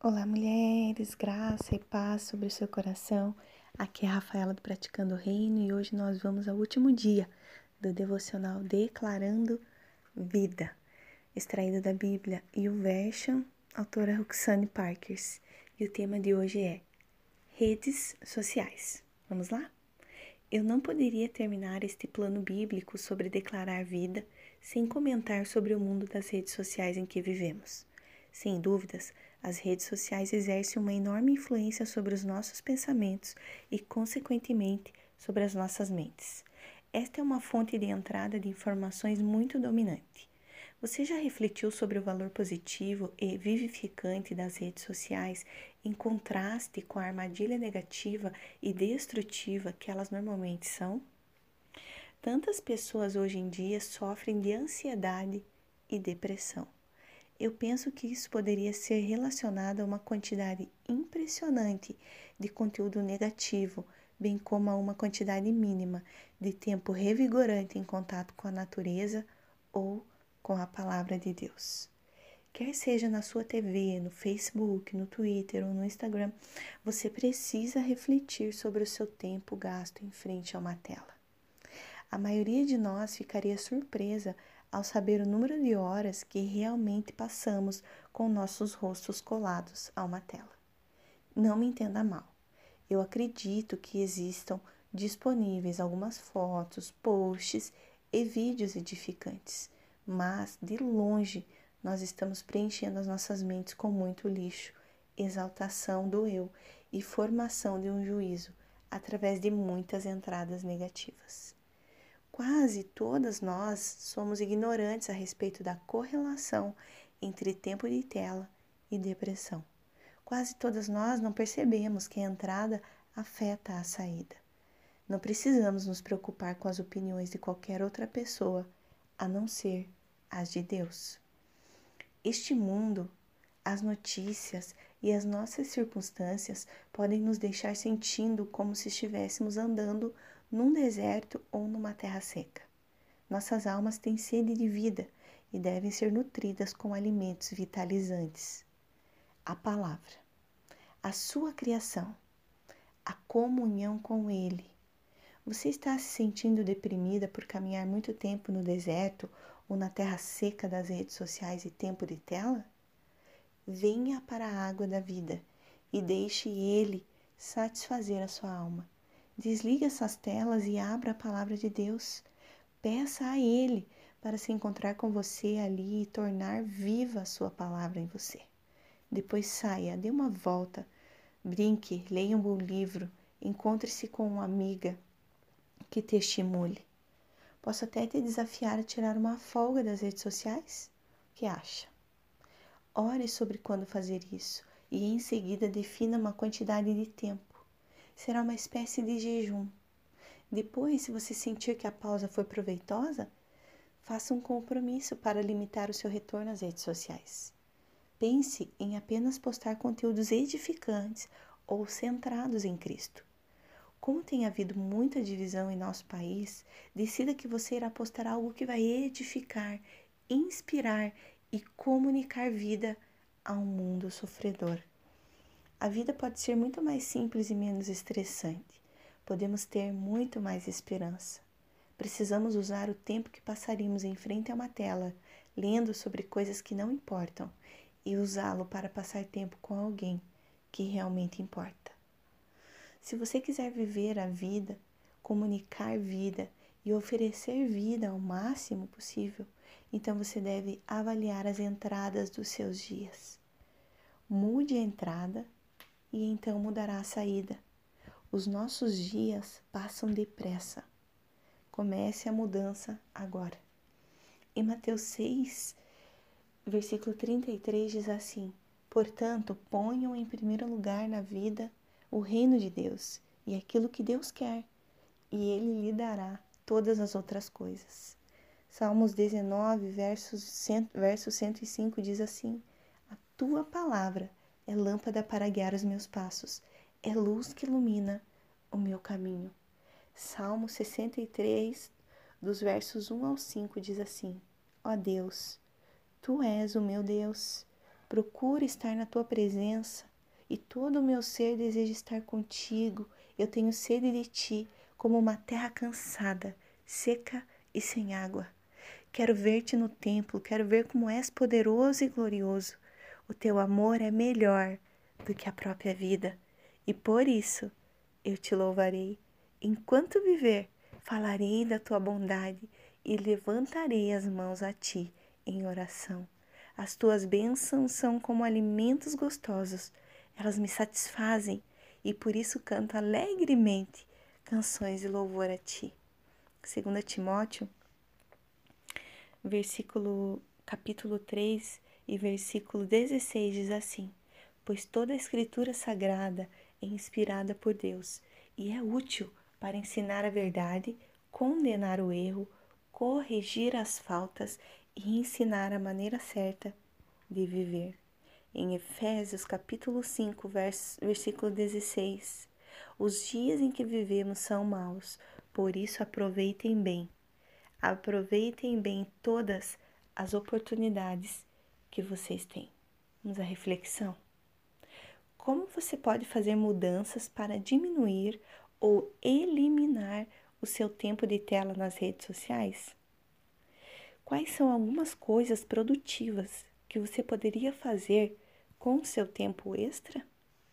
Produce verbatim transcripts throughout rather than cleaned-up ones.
Olá, mulheres, graça e paz sobre o seu coração. Aqui é a Rafaela do Praticando o Reino e hoje nós vamos ao último dia do devocional Declarando Vida, extraído da Bíblia YouVersion, autora Roxane Parkers. E o tema de hoje é redes sociais. Vamos lá? Eu não poderia terminar este plano bíblico sobre declarar vida sem comentar sobre o mundo das redes sociais em que vivemos. Sem dúvidas, as redes sociais exercem uma enorme influência sobre os nossos pensamentos e, consequentemente, sobre as nossas mentes. Esta é uma fonte de entrada de informações muito dominante. Você já refletiu sobre o valor positivo e vivificante das redes sociais em contraste com a armadilha negativa e destrutiva que elas normalmente são? Tantas pessoas hoje em dia sofrem de ansiedade e depressão. Eu penso que isso poderia ser relacionado a uma quantidade impressionante de conteúdo negativo, bem como a uma quantidade mínima de tempo revigorante em contato com a natureza ou com a palavra de Deus. Quer seja na sua T V, no Facebook, no Twitter ou no Instagram, você precisa refletir sobre o seu tempo gasto em frente a uma tela. A maioria de nós ficaria surpresa ao saber o número de horas que realmente passamos com nossos rostos colados a uma tela. Não me entenda mal. Eu acredito que existam disponíveis algumas fotos, posts e vídeos edificantes, mas de longe nós estamos preenchendo as nossas mentes com muito lixo, exaltação do eu e formação de um juízo através de muitas entradas negativas. Quase todas nós somos ignorantes a respeito da correlação entre tempo de tela e depressão. Quase todas nós não percebemos que a entrada afeta a saída. Não precisamos nos preocupar com as opiniões de qualquer outra pessoa, a não ser as de Deus. Este mundo, as notícias e as nossas circunstâncias podem nos deixar sentindo como se estivéssemos andando num deserto ou numa terra seca. Nossas almas têm sede de vida e devem ser nutridas com alimentos vitalizantes. A palavra, a sua criação, a comunhão com Ele. Você está se sentindo deprimida por caminhar muito tempo no deserto ou na terra seca das redes sociais e tempo de tela? Venha para a água da vida e deixe Ele satisfazer a sua alma. Desligue essas telas e abra a palavra de Deus. Peça a Ele para se encontrar com você ali e tornar viva a sua palavra em você. Depois saia, dê uma volta, brinque, leia um bom livro, encontre-se com uma amiga que te estimule. Posso até te desafiar a tirar uma folga das redes sociais? O que acha? Ore sobre quando fazer isso e em seguida defina uma quantidade de tempo. Será uma espécie de jejum. Depois, se você sentir que a pausa foi proveitosa, faça um compromisso para limitar o seu retorno às redes sociais. Pense em apenas postar conteúdos edificantes ou centrados em Cristo. Como tem havido muita divisão em nosso país, decida que você irá postar algo que vai edificar, inspirar e comunicar vida a um mundo sofredor. A vida pode ser muito mais simples e menos estressante. Podemos ter muito mais esperança. Precisamos usar o tempo que passaríamos em frente a uma tela, lendo sobre coisas que não importam, e usá-lo para passar tempo com alguém que realmente importa. Se você quiser viver a vida, comunicar vida e oferecer vida ao máximo possível, então você deve avaliar as entradas dos seus dias. Mude a entrada e então mudará a saída. Os nossos dias passam depressa. Comece a mudança agora. Em Mateus seis, versículo trinta e três diz assim: portanto, ponham em primeiro lugar na vida o reino de Deus e aquilo que Deus quer, e Ele lhe dará todas as outras coisas. Salmos dezenove, versos cem, verso cento e cinco diz assim: a tua palavra é lâmpada para guiar os meus passos, é luz que ilumina o meu caminho. Salmo sessenta e três, dos versos um ao cinco diz assim: ó Deus, Tu és o meu Deus, procuro estar na tua presença e todo o meu ser deseja estar contigo. Eu tenho sede de ti, como uma terra cansada, seca e sem água. Quero ver-te no templo, quero ver como és poderoso e glorioso. O teu amor é melhor do que a própria vida, e por isso eu te louvarei. Enquanto viver, falarei da tua bondade e levantarei as mãos a ti em oração. As tuas bênçãos são como alimentos gostosos, elas me satisfazem e por isso canto alegremente canções de louvor a ti. Segunda Timóteo, versículo, capítulo três e versículo dezesseis diz assim: pois toda a escritura sagrada é inspirada por Deus e é útil para ensinar a verdade, condenar o erro, corrigir as faltas e ensinar a maneira certa de viver. Em Efésios capítulo cinco, vers, versículo dezesseis, os dias em que vivemos são maus, por isso aproveitem bem. Aproveitem bem todas as oportunidades que vocês têm. Vamos à reflexão. Como você pode fazer mudanças para diminuir ou eliminar o seu tempo de tela nas redes sociais? Quais são algumas coisas produtivas que você poderia fazer com o seu tempo extra?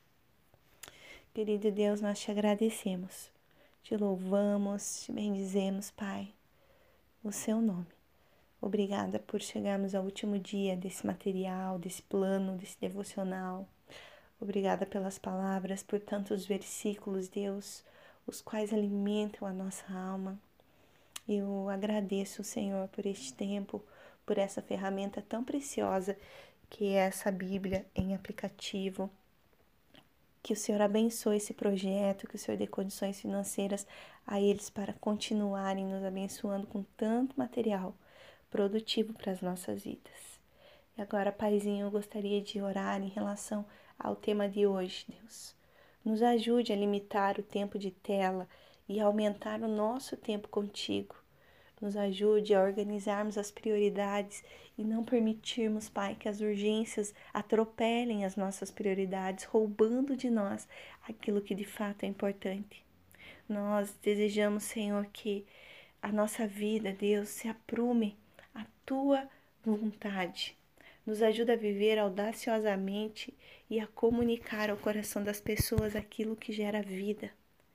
Querido Deus, nós te agradecemos, te louvamos, te bendizemos, Pai, no seu nome. Obrigada por chegarmos ao último dia desse material, desse plano, desse devocional. Obrigada pelas palavras, por tantos versículos, Deus, os quais alimentam a nossa alma. Eu agradeço, Senhor, por este tempo, por essa ferramenta tão preciosa que é essa Bíblia em aplicativo. Que o Senhor abençoe esse projeto, que o Senhor dê condições financeiras a eles para continuarem nos abençoando com tanto material produtivo para as nossas vidas. E agora, Paizinho, eu gostaria de orar em relação ao tema de hoje, Deus. Nos ajude a limitar o tempo de tela e aumentar o nosso tempo contigo. Nos ajude a organizarmos as prioridades e não permitirmos, Pai, que as urgências atropelem as nossas prioridades, roubando de nós aquilo que de fato é importante. Nós desejamos, Senhor, que a nossa vida, Deus, se aprume à Tua vontade. Nos ajuda a viver audaciosamente e a comunicar ao coração das pessoas aquilo que gera vida.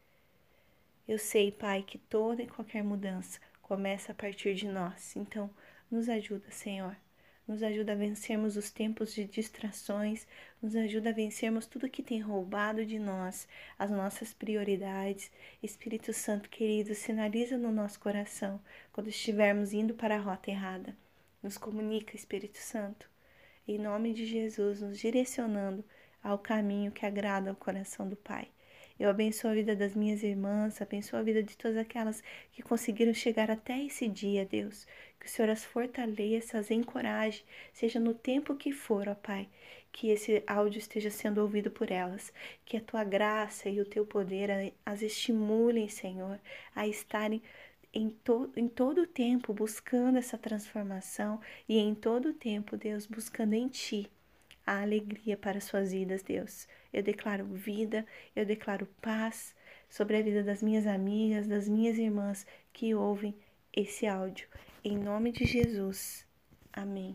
Eu sei, Pai, que toda e qualquer mudança começa a partir de nós. Então, nos ajuda, Senhor. Nos ajuda a vencermos os tempos de distrações. Nos ajuda a vencermos tudo que tem roubado de nós, as nossas prioridades. Espírito Santo querido, sinaliza no nosso coração quando estivermos indo para a rota errada. Nos comunica, Espírito Santo. Em nome de Jesus, nos direcionando ao caminho que agrada ao coração do Pai. Eu abençoo a vida das minhas irmãs, abençoo a vida de todas aquelas que conseguiram chegar até esse dia, Deus. Que o Senhor as fortaleça, as encoraje, seja no tempo que for, ó Pai, que esse áudio esteja sendo ouvido por elas. Que a Tua graça e o Teu poder as estimulem, Senhor, a estarem Em, to, em todo o tempo buscando essa transformação e em todo o tempo, Deus, buscando em Ti a alegria para suas vidas, Deus. Eu declaro vida, eu declaro paz sobre a vida das minhas amigas, das minhas irmãs que ouvem esse áudio. Em nome de Jesus. Amém.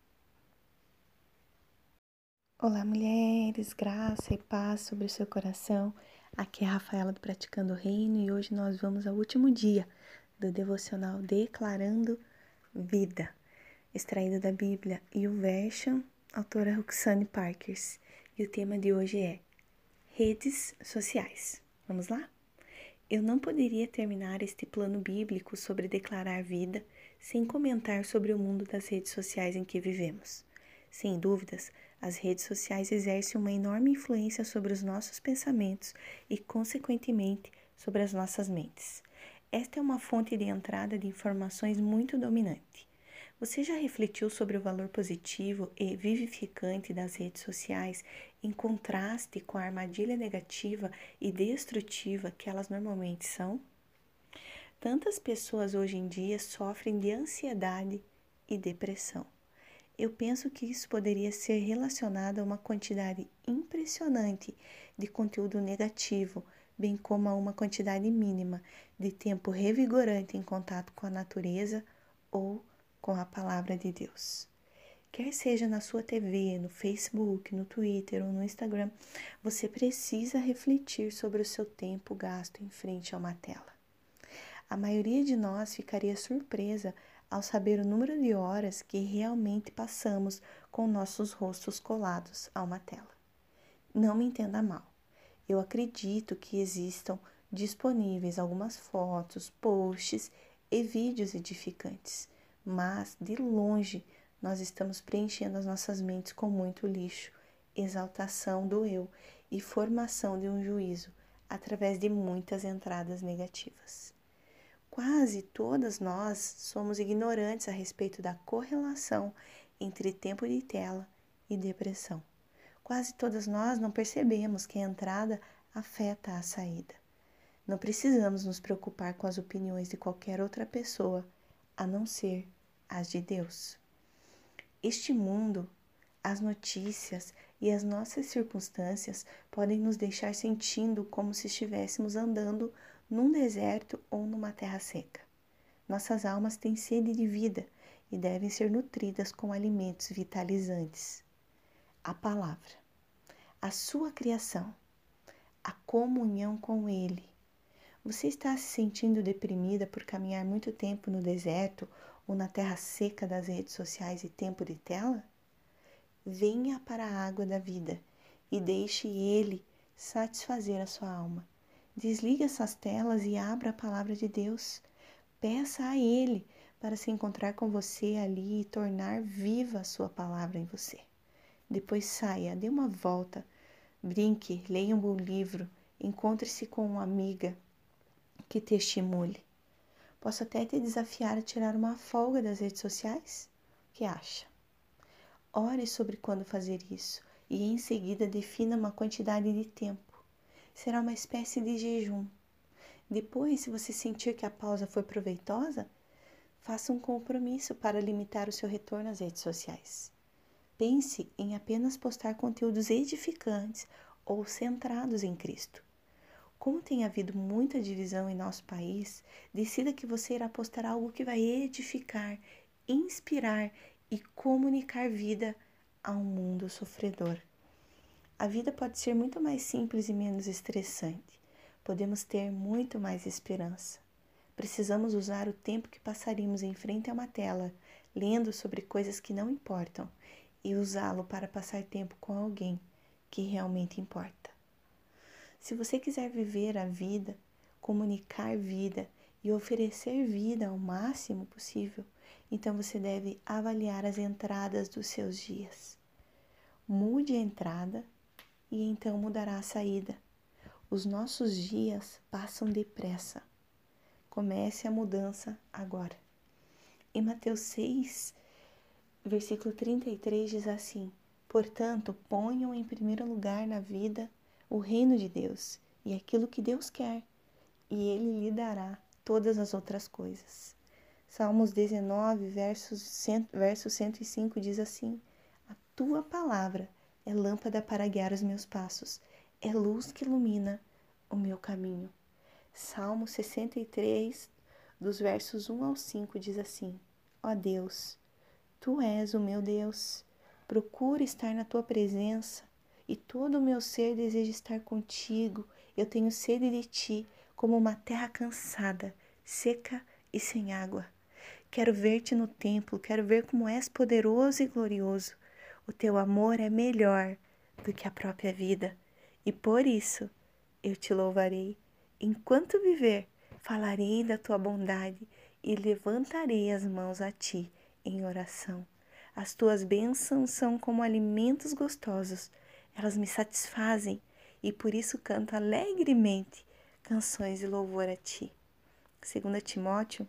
Olá, mulheres, graça e paz sobre o seu coração. Aqui é a Rafaela do Praticando o Reino e hoje nós vamos ao último dia do devocional Declarando Vida, extraído da Bíblia YouVersion, autora Roxane Parkers. E o tema de hoje é redes sociais. Vamos lá? Eu não poderia terminar este plano bíblico sobre declarar vida sem comentar sobre o mundo das redes sociais em que vivemos. Sem dúvidas, as redes sociais exercem uma enorme influência sobre os nossos pensamentos e, consequentemente, sobre as nossas mentes. Esta é uma fonte de entrada de informações muito dominante. Você já refletiu sobre o valor positivo e vivificante das redes sociais em contraste com a armadilha negativa e destrutiva que elas normalmente são? Tantas pessoas hoje em dia sofrem de ansiedade e depressão. Eu penso que isso poderia ser relacionado a uma quantidade impressionante de conteúdo negativo, bem como a uma quantidade mínima de tempo revigorante em contato com a natureza ou com a palavra de Deus. Quer seja na sua T V, no Facebook, no Twitter ou no Instagram, você precisa refletir sobre o seu tempo gasto em frente a uma tela. A maioria de nós ficaria surpresa ao saber o número de horas que realmente passamos com nossos rostos colados a uma tela. Não me entenda mal. Eu acredito que existam disponíveis algumas fotos, posts e vídeos edificantes, mas de longe nós estamos preenchendo as nossas mentes com muito lixo, exaltação do eu e formação de um juízo através de muitas entradas negativas. Quase todas nós somos ignorantes a respeito da correlação entre tempo de tela e depressão. Quase todas nós não percebemos que a entrada afeta a saída. Não precisamos nos preocupar com as opiniões de qualquer outra pessoa, a não ser as de Deus. Este mundo, as notícias e as nossas circunstâncias podem nos deixar sentindo como se estivéssemos andando num deserto ou numa terra seca. Nossas almas têm sede de vida e devem ser nutridas com alimentos vitalizantes. A palavra, a sua criação, a comunhão com Ele. Você está se sentindo deprimida por caminhar muito tempo no deserto ou na terra seca das redes sociais e tempo de tela? Venha para a água da vida e deixe Ele satisfazer a sua alma. Desligue essas telas e abra a palavra de Deus. Peça a Ele para se encontrar com você ali e tornar viva a sua palavra em você. Depois saia, dê uma volta, brinque, leia um bom livro, encontre-se com uma amiga que te estimule. Posso até te desafiar a tirar uma folga das redes sociais? O que acha? Ore sobre quando fazer isso e em seguida defina uma quantidade de tempo. Será uma espécie de jejum. Depois, se você sentir que a pausa foi proveitosa, faça um compromisso para limitar o seu retorno às redes sociais. Pense em apenas postar conteúdos edificantes ou centrados em Cristo. Como tem havido muita divisão em nosso país, decida que você irá postar algo que vai edificar, inspirar e comunicar vida a um mundo sofredor. A vida pode ser muito mais simples e menos estressante. Podemos ter muito mais esperança. Precisamos usar o tempo que passaríamos em frente a uma tela, lendo sobre coisas que não importam, e usá-lo para passar tempo com alguém que realmente importa. Se você quiser viver a vida, comunicar vida e oferecer vida ao máximo possível, então você deve avaliar as entradas dos seus dias. Mude a entrada e então mudará a saída. Os nossos dias passam depressa. Comece a mudança agora. Em Mateus seis, versículo trinta e três diz assim: portanto, ponham em primeiro lugar na vida o reino de Deus e aquilo que Deus quer, e Ele lhe dará todas as outras coisas. Salmos dezenove, versos cem, verso cento e cinco diz assim: a tua palavra é lâmpada para guiar os meus passos, é luz que ilumina o meu caminho. Salmo sessenta e três, dos versos um ao cinco diz assim: ó Deus, tu és o meu Deus, procuro estar na tua presença, e todo o meu ser deseja estar contigo. Eu tenho sede de ti, como uma terra cansada, seca e sem água. Quero ver-te no templo, quero ver como és poderoso e glorioso. O teu amor é melhor do que a própria vida, e por isso eu te louvarei. Enquanto viver, falarei da tua bondade e levantarei as mãos a ti em oração. As tuas bênçãos são como alimentos gostosos, elas me satisfazem e por isso canto alegremente canções de louvor a ti. Segunda Timóteo,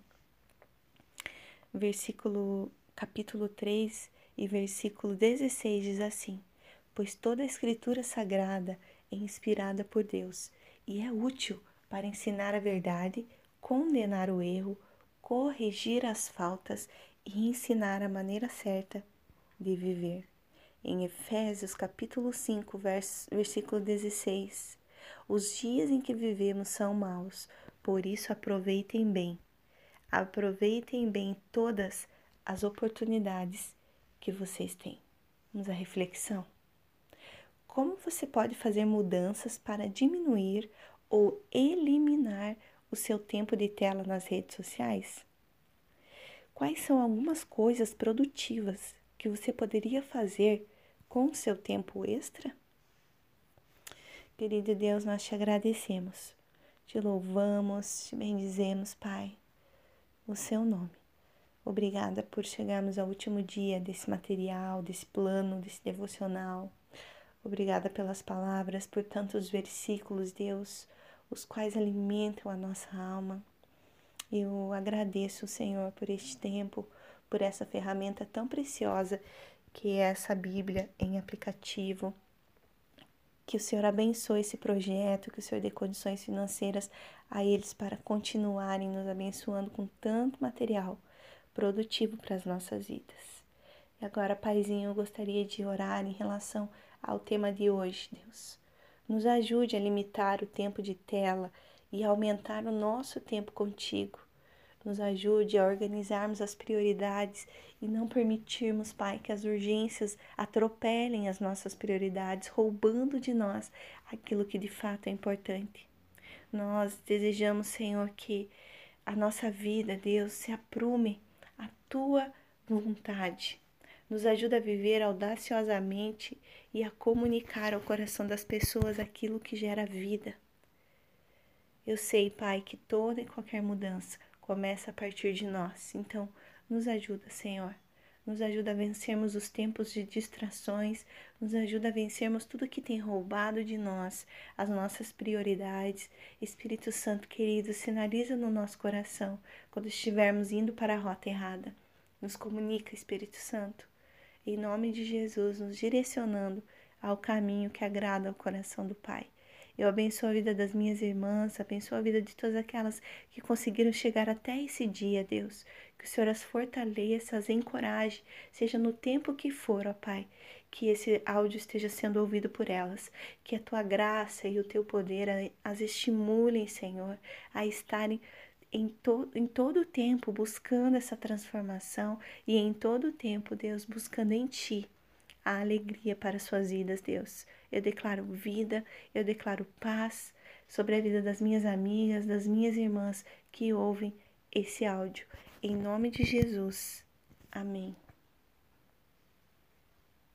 versículo, capítulo três e versículo dezesseis diz assim: pois toda a escritura sagrada é inspirada por Deus e é útil para ensinar a verdade, condenar o erro, corrigir as faltas e ensinar a maneira certa de viver. Em Efésios capítulo cinco, vers, versículo dezesseis, os dias em que vivemos são maus, por isso aproveitem bem. Aproveitem bem todas as oportunidades que vocês têm. Vamos à reflexão. Como você pode fazer mudanças para diminuir ou eliminar o seu tempo de tela nas redes sociais? Quais são algumas coisas produtivas que você poderia fazer com o seu tempo extra? Querido Deus, nós te agradecemos, te louvamos, te bendizemos, Pai, o seu nome. Obrigada por chegarmos ao último dia desse material, desse plano, desse devocional. Obrigada pelas palavras, por tantos versículos, Deus, os quais alimentam a nossa alma. Eu agradeço, Senhor, por este tempo, por essa ferramenta tão preciosa que é essa Bíblia em aplicativo. Que o Senhor abençoe esse projeto, que o Senhor dê condições financeiras a eles para continuarem nos abençoando com tanto material produtivo para as nossas vidas. E agora, Paizinho, eu gostaria de orar em relação ao tema de hoje, Deus. Nos ajude a limitar o tempo de tela e aumentar o nosso tempo contigo. Nos ajude a organizarmos as prioridades e não permitirmos, Pai, que as urgências atropelem as nossas prioridades, roubando de nós aquilo que de fato é importante. Nós desejamos, Senhor, que a nossa vida, Deus, se aprume à Tua vontade. Nos ajuda a viver audaciosamente e a comunicar ao coração das pessoas aquilo que gera vida. Eu sei, Pai, que toda e qualquer mudança começa a partir de nós. Então, nos ajuda, Senhor. Nos ajuda a vencermos os tempos de distrações. Nos ajuda a vencermos tudo que tem roubado de nós, as nossas prioridades. Espírito Santo querido, sinaliza no nosso coração quando estivermos indo para a rota errada. Nos comunica, Espírito Santo, em nome de Jesus, nos direcionando ao caminho que agrada ao coração do Pai. Eu abençoo a vida das minhas irmãs, abençoo a vida de todas aquelas que conseguiram chegar até esse dia, Deus. Que o Senhor as fortaleça, as encoraje, seja no tempo que for, ó Pai, que esse áudio esteja sendo ouvido por elas. Que a Tua graça e o Teu poder as estimulem, Senhor, a estarem em, to, em todo o tempo buscando essa transformação e em todo o tempo, Deus, buscando em Ti a alegria para suas vidas, Deus. Eu declaro vida, eu declaro paz sobre a vida das minhas amigas, das minhas irmãs que ouvem esse áudio. Em nome de Jesus. Amém.